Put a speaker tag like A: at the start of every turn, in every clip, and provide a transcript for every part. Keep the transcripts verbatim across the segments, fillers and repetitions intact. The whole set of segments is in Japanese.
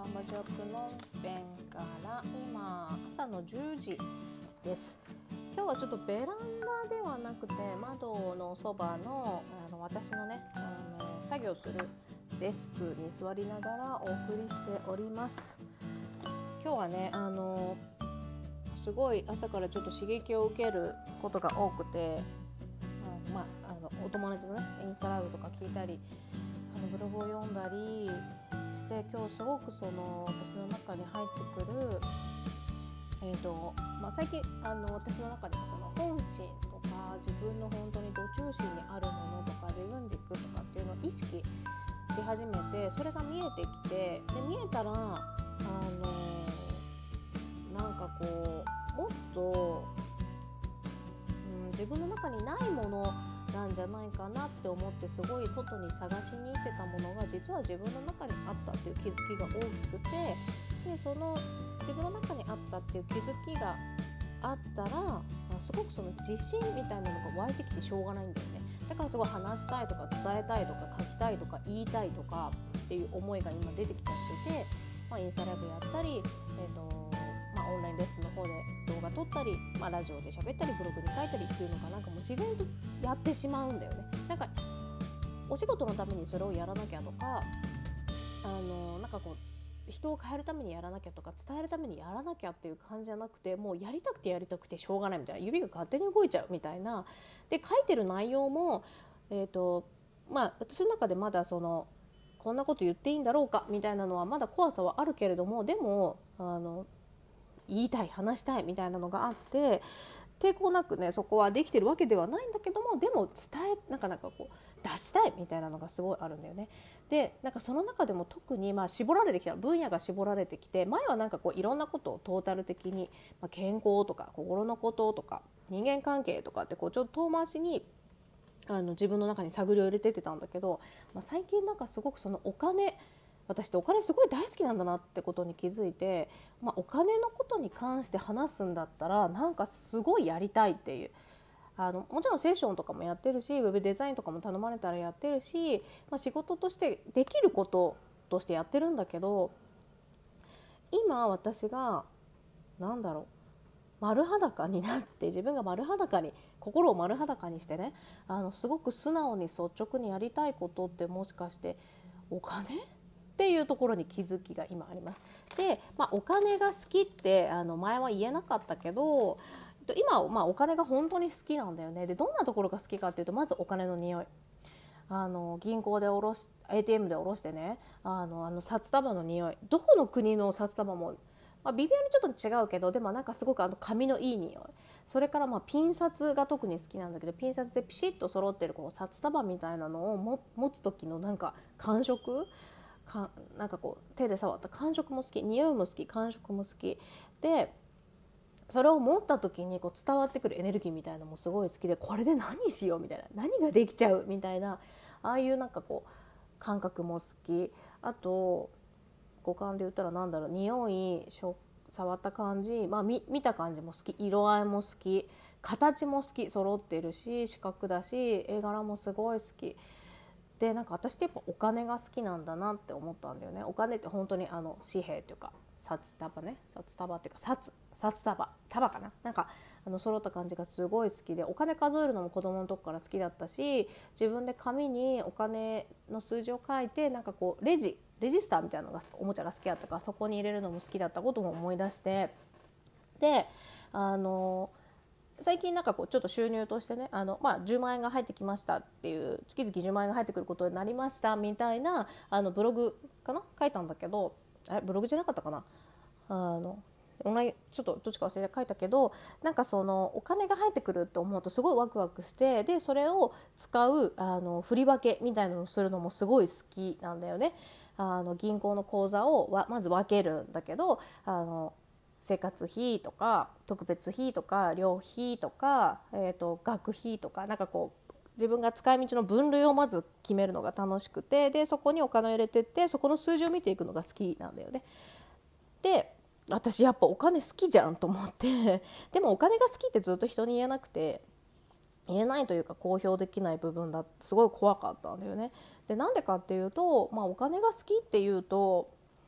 A: マジョプノンペンから今朝のじゅうじです。今日はちょっとベランダではなくて窓のそばの、あの私のねあの作業するデスクに座りながらお送りしております。今日はねあのすごい朝からちょっと刺激を受けることが多くて、あの、まあ、あのお友達のねインスタライブとか聞いたりあのブログを読んだりして今日すごくその私の中に入ってくる、えーとまあ、最近あの私の中でもその本心とか自分の本当にど中心にあるものとか自分軸とかっていうのを意識し始めて、それが見えてきて、で見えたらあのなんかこうもっと、うん、自分の中にないものなんじゃないかなって思ってすごい外に探しに行ってたものが実は自分の中にあったっていう気づきが大きくて、でその自分の中にあったっていう気づきがあったらすごくその自信みたいなのが湧いてきてしょうがないんだよね。だからすごい話したいとか伝えたいとか書きたいとか言いたいとかっていう思いが今出てきちゃってて、まあ、インスタライブやったり、えーとまあ、オンラインレッスンの方で動画撮ったり、まあ、ラジオで喋ったりブログに書いたりっていうのがなんかもう自然とやってしまうんだよね。なんかお仕事のためにそれをやらなきゃとか、あのなんかこう人を変えるためにやらなきゃとか伝えるためにやらなきゃっていう感じじゃなくて、もうやりたくてやりたくてしょうがないみたいな、指が勝手に動いちゃうみたいな。で書いてる内容も、えーとまあ、私の中でまだそのこんなこと言っていいんだろうかみたいなのはまだ怖さはあるけれども、でもあの言いたい話したいみたいなのがあって抵抗なくねそこはできてるわけではないんだけども、でも伝えなんかなんかこう出したいみたいなのがすごいあるんだよね。でなんかその中でも特にまあ絞られてきた分野が絞られてきて、前はなんかこういろんなことをトータル的に、まあ、健康とか心のこととか人間関係とかってこうちょっと遠回しにあの自分の中に探りを入れてってたんだけど、まあ、最近なんかすごくそのお金私ってお金すごい大好きなんだなってことに気づいて、まあ、お金のことに関して話すんだったらなんかすごいやりたいっていう、あのもちろんセッションとかもやってるしウェブデザインとかも頼まれたらやってるし、まあ、仕事としてできることとしてやってるんだけど、今私がなんだろう丸裸になって自分が丸裸に心を丸裸にしてね、あのすごく素直に率直にやりたいことってもしかしてお金っていうところに気づきが今あります。で、まあ、お金が好きってあの前は言えなかったけど今はまあお金が本当に好きなんだよね。でどんなところが好きかっていうと、まずお金の匂い、あの銀行で下ろし エーティーエム で下ろしてね、あのあの札束の匂い、どこの国の札束も、まあ、微妙にちょっと違うけどでもなんかすごくあの紙のいい匂い、それからまあピン札が特に好きなんだけど、ピン札でピシッと揃ってるこう札束みたいなのをも持つ時のなんか感触か、なんかこう手で触った感触も好き、匂いも好き、感触も好きで、それを持った時にこう伝わってくるエネルギーみたいなのもすごい好きで、これで何しようみたいな、何ができちゃうみたいな、ああいうなんかこう感覚も好き。あと五感で言ったらなんだろう、匂い、触った感じ、まあ、見, 見た感じも好き、色合いも好き、形も好き、揃ってるし四角だし絵柄もすごい好きで、なんか私ってやっぱお金が好きなんだなって思ったんだよね。お金って本当にあの紙幣というか札束ね、札束っていうか札札束束かな、なんかあの揃った感じがすごい好きで、お金数えるのも子供の時から好きだったし、自分で紙にお金の数字を書いてなんかこうレジレジスターみたいなのがおもちゃが好きだったから、そこに入れるのも好きだったことも思い出して、であの最近なんかこうちょっと収入としてね、あの、まあ、じゅうまんえんが入ってきましたっていう、月々じゅうまんえんが入ってくることになりましたみたいなあのブログかな書いたんだけど、あれブログじゃなかったかな、あのオンラインちょっとどっちか忘れて書いたけど、なんかそのお金が入ってくるって思うとすごいワクワクして、でそれを使うあの振り分けみたいなのをするのもすごい好きなんだよね。あの銀行の口座をわまず分けるんだけど、あの生活費とか特別費とか寮費とか、えーと、学費とか、なんかこう自分が使い道の分類をまず決めるのが楽しくて、でそこにお金を入れてって、そこの数字を見ていくのが好きなんだよね。で私やっぱお金好きじゃんと思ってでもお金が好きってずっと人に言えなくて、言えないというか公表できない部分だってすごい怖かったんだよね。でなんでかっていうと、まあ、お金が好きっていうと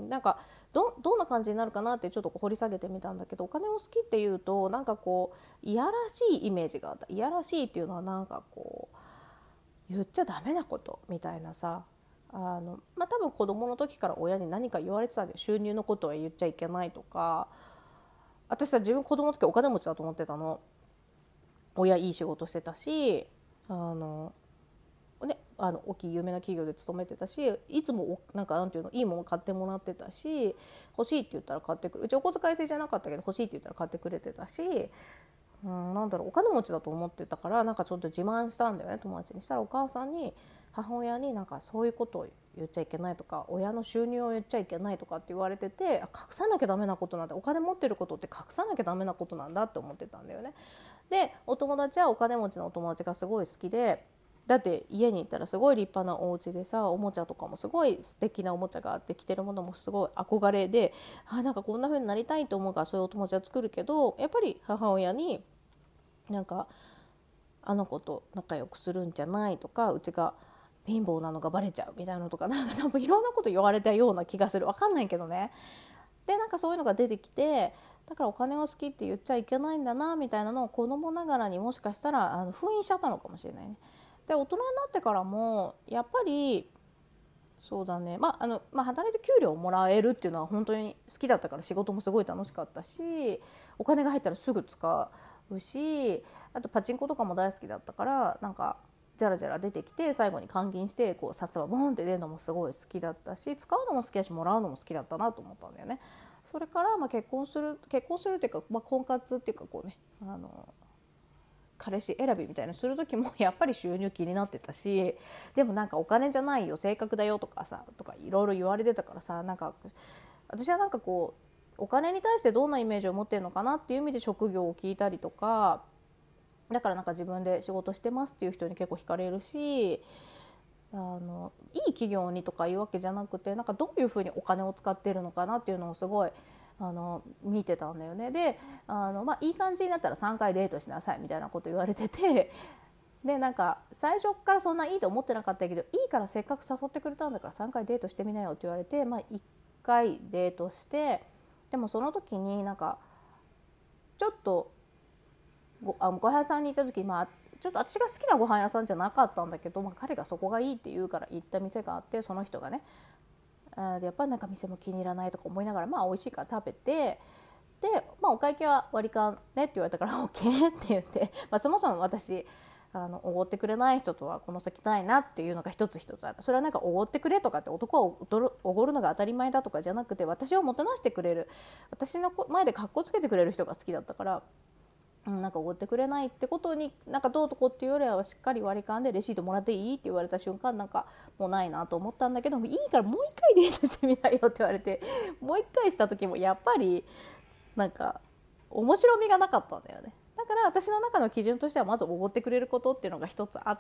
A: なんか ど, どんな感じになるかなってちょっと掘り下げてみたんだけど、お金を好きっていうとなんかこういやらしいイメージがあった。いやらしいっていうのはなんかこう言っちゃダメなことみたいなさ、あの、まあ、多分子供の時から親に何か言われてたんで、収入のことは言っちゃいけないとか。私さ、自分子供の時お金持ちだと思ってたの。親いい仕事してたし、あのね、あの大きい有名な企業で勤めてたし、いつもなんかなんていうの、いいもの買ってもらってたし、欲しいって言ったら買ってくる、うちお小遣い制じゃなかったけど欲しいって言ったら買ってくれてたし、うん、なんだろう、お金持ちだと思ってたから、なんかちょっと自慢したんだよね、友達に。したらお母さんに、母親になんかそういうことを言っちゃいけないとか、親の収入を言っちゃいけないとかって言われてて、隠さなきゃダメなことなんだ、お金持ってることって隠さなきゃダメなことなんだって思ってたんだよね。でお友達はお金持ちのお友達がすごい好きで、だって家に行ったらすごい立派なお家でさ、おもちゃとかもすごい素敵なおもちゃがあって、着てるものもすごい憧れで、あ、なんかこんな風になりたいと思うからそういうお友達は作るけど、やっぱり母親になんかあの子と仲良くするんじゃないとか、うちが貧乏なのがバレちゃうみたいなのとか、なんか多分いろんなこと言われたような気がする。わかんないけどね。でなんかそういうのが出てきて、だからお金を好きって言っちゃいけないんだなみたいなのを子供ながらにもしかしたらあの封印しちゃったのかもしれないね。で大人になってからもやっぱりそうだね、まああのまあ、働いて給料をもらえるっていうのは本当に好きだったから、仕事もすごい楽しかったし、お金が入ったらすぐ使うし、あとパチンコとかも大好きだったから、なんかジャラジャラ出てきて最後に換金してこうさっさばボンって出るのもすごい好きだったし、使うのも好きだしもらうのも好きだったなと思ったんだよね。それからまあ結婚する結婚するっていうか、まあ、婚活っていうかこうね、あの彼氏選びみたいなする時もやっぱり収入気になってたし、でもなんかお金じゃないよ性格だよとかさとかいろいろ言われてたからさ、なんか私はなんかこうお金に対してどんなイメージを持ってるのかなっていう意味で職業を聞いたりとか、だからなんか自分で仕事してますっていう人に結構惹かれるし、あのいい企業にとかいうわけじゃなくて、なんかどういうふうにお金を使ってるのかなっていうのをすごいあの見てたんだよね。であの、まあ、いい感じになったらさんかいデートしなさいみたいなこと言われてて、でなんか最初からそんないいと思ってなかったけど、いいからせっかく誘ってくれたんだからさんかいデートしてみなよって言われて、まあ、いっかいデートして、でもその時になんかちょっと ご, あご飯屋さんに行った時、まあ、ちょっと私が好きなご飯屋さんじゃなかったんだけど、まあ、彼がそこがいいって言うから行った店があって、その人がね、あやっぱりなんか店も気に入らないとか思いながら、まあ美味しいから食べて、で、まあ、お会計は割り勘ねって言われたから オーケー って言って、まあ、そもそも私あのおごってくれない人とはこの先ないなっていうのが一つ一つあった。それはなんかおごってくれとかって、男はおごるのが当たり前だとかじゃなくて、私をもてなしてくれる、私の前でかっこつけてくれる人が好きだったから、うん、なんかおごってくれないってことになんかどうとこっていうよりはしっかり割り勘でレシートもらっていいって言われた瞬間、なんかもうないなと思ったんだけど、いいからもう一回デートしてみなよって言われて、もう一回した時もやっぱりなんか面白みがなかったんだよね。だから私の中の基準としてはまずおごってくれることっていうのが一つあって、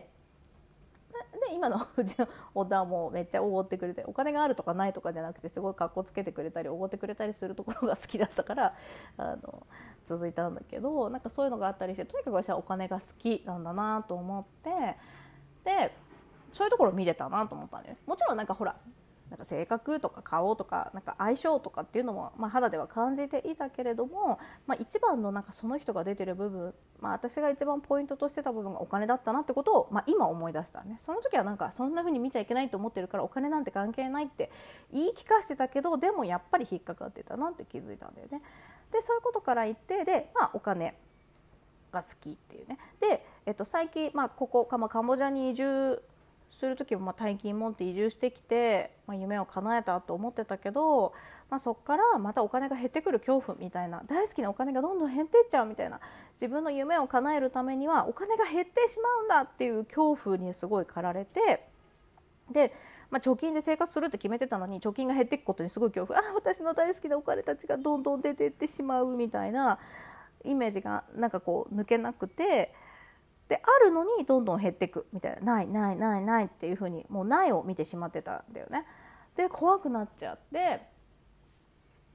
A: で今のうちの夫はもうめっちゃおごってくれて、お金があるとかないとかじゃなくてすごいかっこつけてくれたりおごってくれたりするところが好きだったからあの続いたんだけど、なんかそういうのがあったりして、とにかく私はお金が好きなんだなと思って、でそういうところを見れたなと思ったんだよね。もちろんなんかほらなんか性格とか顔とかなんか相性とかっていうのも、まあ、肌では感じていたけれども、まあ、一番のなんかその人が出てる部分、まあ、私が一番ポイントとしてた部分がお金だったなってことを、まあ、今思い出したね。その時はなんかそんな風に見ちゃいけないと思ってるからお金なんて関係ないって言い聞かせてたけど、でもやっぱり引っかかってたなって気づいたんだよね。でそういうことから言って、で、まあ、お金が好きっていうね。で、えっと、最近、まあ、ここ、まあ、カンボジアに移住する時もまあ大金持って移住してきて、まあ、夢を叶えたと思ってたけど、まあ、そこからまたお金が減ってくる恐怖みたいな、大好きなお金がどんどん減っていっちゃうみたいな、自分の夢を叶えるためにはお金が減ってしまうんだっていう恐怖にすごい駆られて、で、まあ、貯金で生活するって決めてたのに貯金が減っていくことにすごい恐怖、あ私の大好きなお金たちがどんどん出ていってしまうみたいなイメージがなんかこう抜けなくて、であるのにどんどん減っていくみたいな、ないないないないっていう風にもうないを見てしまってたんだよね。で怖くなっちゃって、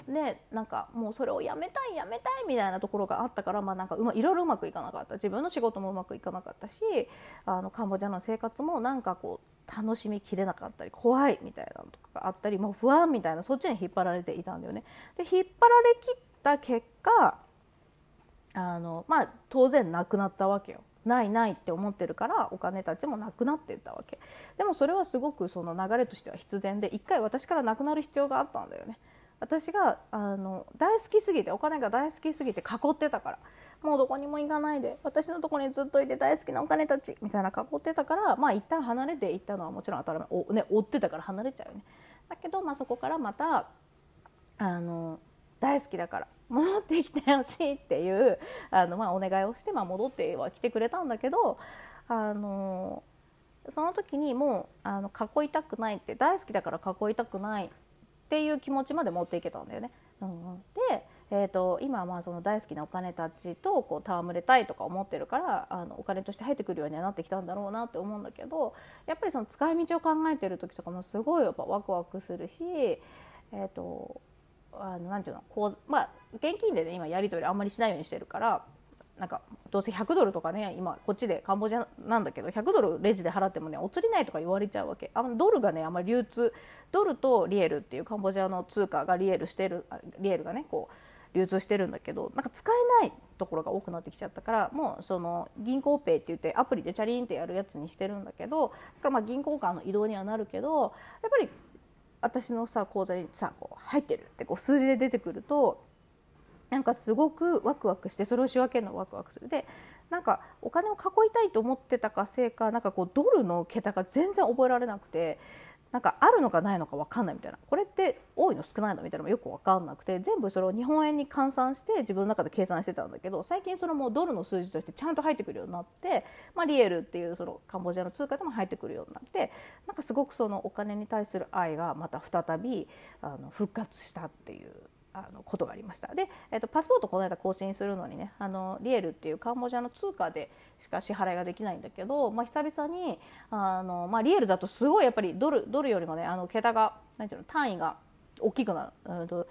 B: でなんかもうそれをやめたいやめたいみたいなところがあったから、まあ、なんかうまいろいろうまくいかなかった。自分の仕事もうまくいかなかったし、あのカンボジアの生活もなんかこう楽しみきれなかったり怖いみたいなのとかがあったり、もう不安みたいな、そっちに引っ張られていたんだよね。で引っ張られきった結果、あの、まあ、当然なくなったわけよ。ないないって思ってるからお金たちもなくなっていったわけ。でもそれはすごくその流れとしては必然で、一回私からなくなる必要があったんだよね。私があの大好きすぎて、お金が大好きすぎて囲ってたから、もうどこにも行かないで私のところにずっといて大好きなお金たちみたいな囲ってたから、まあ一旦離れていったのはもちろん当たり前、お、ね、追ってたから離れちゃうよね。だけど、まあ、そこからまたあの大好きだから戻ってきてほしいっていうあの、まあ、お願いをして、まあ、戻っては来てくれたんだけど、あのその時にもうあの囲いたくないって、大好きだから囲いたくないっていう気持ちまで持っていけたんだよね。うんうん、で、えー、と今はまあその大好きなお金たちとこう戯れたいとか思ってるから、あのお金として入ってくるようにはなってきたんだろうなって思うんだけど、やっぱりその使い道を考えてる時とかもすごいやっぱワクワクするし、えー、とあのなんていうの、こう、まあ、現金でね今やり取りあんまりしないようにしてるから、なんかどうせひゃくドルとかね、今こっちでカンボジアなんだけどひゃくドルレジで払ってもねお釣りないとか言われちゃうわけ。あのドルがねあんまり流通、ドルとリエルっていうカンボジアの通貨がリエルしてる、リエルがねこう流通してるんだけど、なんか使えないところが多くなってきちゃったから、もうその銀行ペイって言ってアプリでチャリンってやるやつにしてるんだけど、だからまあ銀行間の移動にはなるけど、やっぱり私のさ口座にさこう入ってるってこう数字で出てくると、なんかすごくワクワクして、それを仕分けるのがワクワクする。でなんかお金を囲いたいと思ってたかせいか、なんかこうドルの桁が全然覚えられなくて、なんかあるのかないのか分かんないみたいな、これって多いの少ないのみたいなのもよく分かんなくて、全部それを日本円に換算して自分の中で計算してたんだけど、最近そのもうドルの数字としてちゃんと入ってくるようになって、まあ、リエルっていうそのカンボジアの通貨でも入ってくるようになって、なんかすごくそのお金に対する愛がまた再びあの復活したっていうあのことがありました。で、えっと、パスポートこの間更新するのにね、あのリエルっていうカンボジアの通貨でしか支払いができないんだけど、まあ、久々にあの、まあ、リエルだとすごいやっぱりドル、ドルよりもねあの桁がなんていうの、単位が大きくなる、うんと、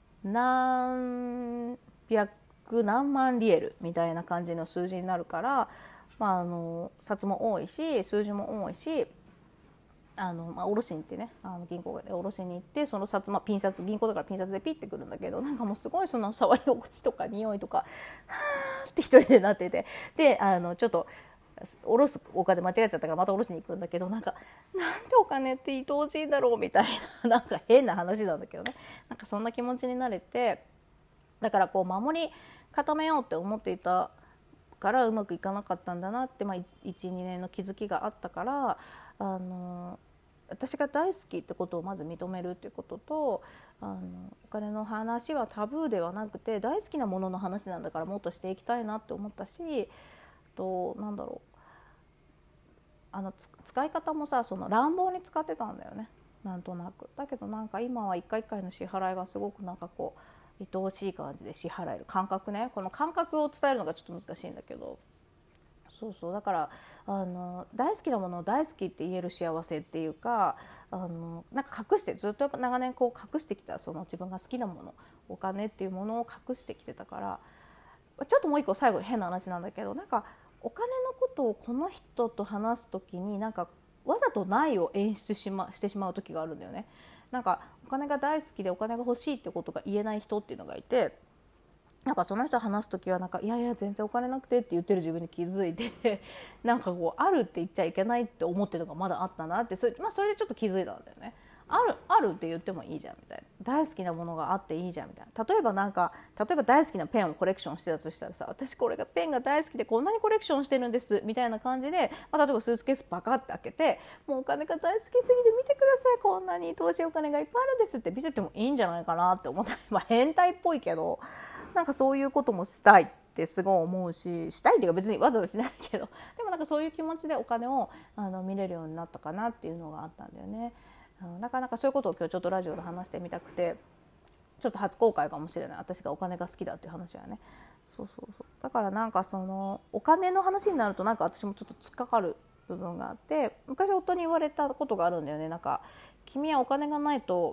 B: 何百何万リエルみたいな感じの数字になるから、まあ、あの札も多いし数字も多いし、あのまあ、下ろしに行ってね、あの銀行で下ろしに行って、その札、まあ、ピン札、銀行だからピン札でピッてくるんだけど、なんかもうすごいその触り心地とか匂いとかはーって一人でなってて、であのちょっと下ろすお金間違えちゃったからまた下ろしに行くんだけど、なんかなんでお金って愛おしいんだろうみたいな、なんか変な話なんだけどね、なんかそんな気持ちになれて、だからこう守り固めようって思っていたからうまくいかなかったんだなって、まあ、いちにねんの気づきがあったから、あの私が大好きってことをまず認めるっていうことと、あのお金の話はタブーではなくて大好きなものの話なんだからもっとしていきたいなって思ったし、となんだろう、あの使い方もさ、その乱暴に使ってたんだよね、なんとなく。だけどなんか今は一回一回の支払いがすごくなんかこう愛おしい感じで支払える感覚ね、この感覚を伝えるのがちょっと難しいんだけど、そうそう、だからあの大好きなものを大好きって言える幸せっていうか、あのなんか隠して、ずっとやっぱ長年こう隠してきた、その自分が好きなもの、お金っていうものを隠してきてたから、ちょっともう一個最後変な話なんだけど、なんかお金のことをこの人と話す時になんかわざとないを演出し、ま、してしまう時があるんだよね。なんかお金が大好きでお金が欲しいってことが言えない人っていうのがいて、なんかその人と話す時はなんかいやいや全然お金なくてって言ってる自分に気づいてなんかこうあるって言っちゃいけないって思ってるのがまだあったなって、それ、まあ、それでちょっと気づいたんだよね。あるあるって言ってもいいじゃんみたいな、大好きなものがあっていいじゃんみたいな。例えばなんか例えば大好きなペンをコレクションしてたとしたらさ、私これがペンが大好きでこんなにコレクションしてるんですみたいな感じで、まあ、例えばスーツケースバカって開けて、もうお金が大好きすぎて見てください、こんなに投資お金がいっぱいあるんですって見せてもいいんじゃないかなって思った。まあ変態っぽいけど、なんかそういうこともしたいってすごい思うし、したいっていうか別にわざわざしないけど、でもなんかそういう気持ちでお金をあの見れるようになったかなっていうのがあったんだよね。うん、なかなかそういうことを今日ちょっとラジオで話してみたくて、ちょっと初公開かもしれない、私がお金が好きだっていう話はね。そうそうそう、だからなんかそのお金の話になるとなんか私もちょっと突っかかる部分があって、昔夫に言われたことがあるんだよね。なんか君はお金がないと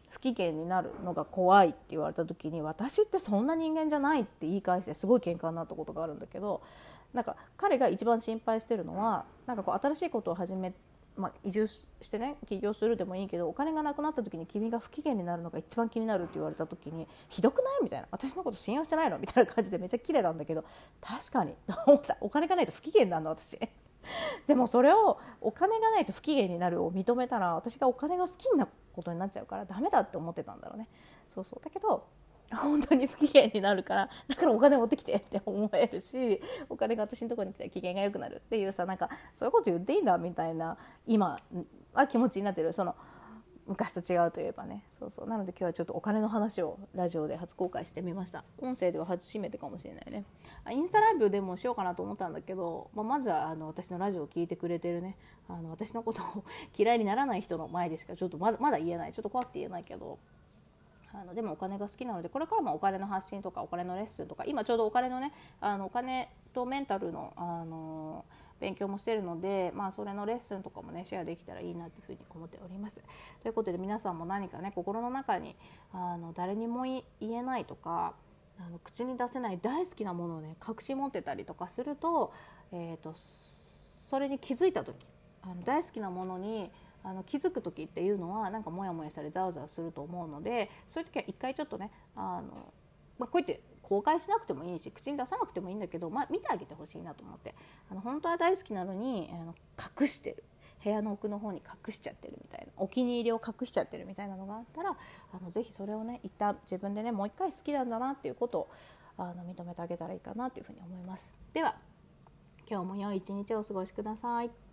B: 不機嫌になるのが怖いって言われた時に、私ってそんな人間じゃないって言い返してすごい喧嘩になったことがあるんだけど、なんか彼が一番心配してるのは、なんかこう新しいことを始め、まあ、移住してね起業するでもいいけど、お金がなくなった時に君が不機嫌になるのが一番気になるって言われた時に、ひどくないみたいな、私のこと信用してないのみたいな感じでめっちゃ綺麗なんだけど、確かにと思った。お金がないと不機嫌なんだ私でもそれをお金がないと不機嫌になるを認めたら、私がお金が好きなことになっちゃうからダメだって思ってたんだろうね。そうそうだけど本当に不機嫌になるから、だからお金持ってきてって思えるし、お金が私のところに来たら機嫌が良くなるっていうさ、なんかそういうこと言っていいんだみたいな今は気持ちになってる。その昔と違うといえばね。そうそうなので今日はちょっとお金の話をラジオで初公開してみました。音声では初めてかもしれないね。インスタライブでもしようかなと思ったんだけど、まあ、まずはあの私のラジオを聞いてくれてるね、あの私のことを嫌いにならない人の前でしかちょっとまだまだ言えない、ちょっと怖くて言えないけど、あのでもお金が好きなので、これからもお金の発信とかお金のレッスンとか、今ちょうどお金のね、あのお金とメンタルの、あの勉強もしてるので、まあ、それのレッスンとかもねシェアできたらいいなというふうに思っております。ということで皆さんも何かね心の中にあの誰にも言えないとか、あの口に出せない大好きなものをね隠し持ってたりとかすると、えーと、それに気づいた時、あの大好きなものにあの気づく時っていうのはなんかモヤモヤしたりザワザワすると思うので、そういう時は一回ちょっとね、あの、まあ、こうやって公開しなくてもいいし口に出さなくてもいいんだけど、まあ、見てあげてほしいなと思って、あの本当は大好きなのにあの隠してる、部屋の奥の方に隠しちゃってるみたいな、お気に入りを隠しちゃってるみたいなのがあったら、あのぜひそれをね一旦自分でねもう一回好きなんだなっていうことをあの認めてあげたらいいかなというふうに思います。では今日も良い一日をお過ごしください。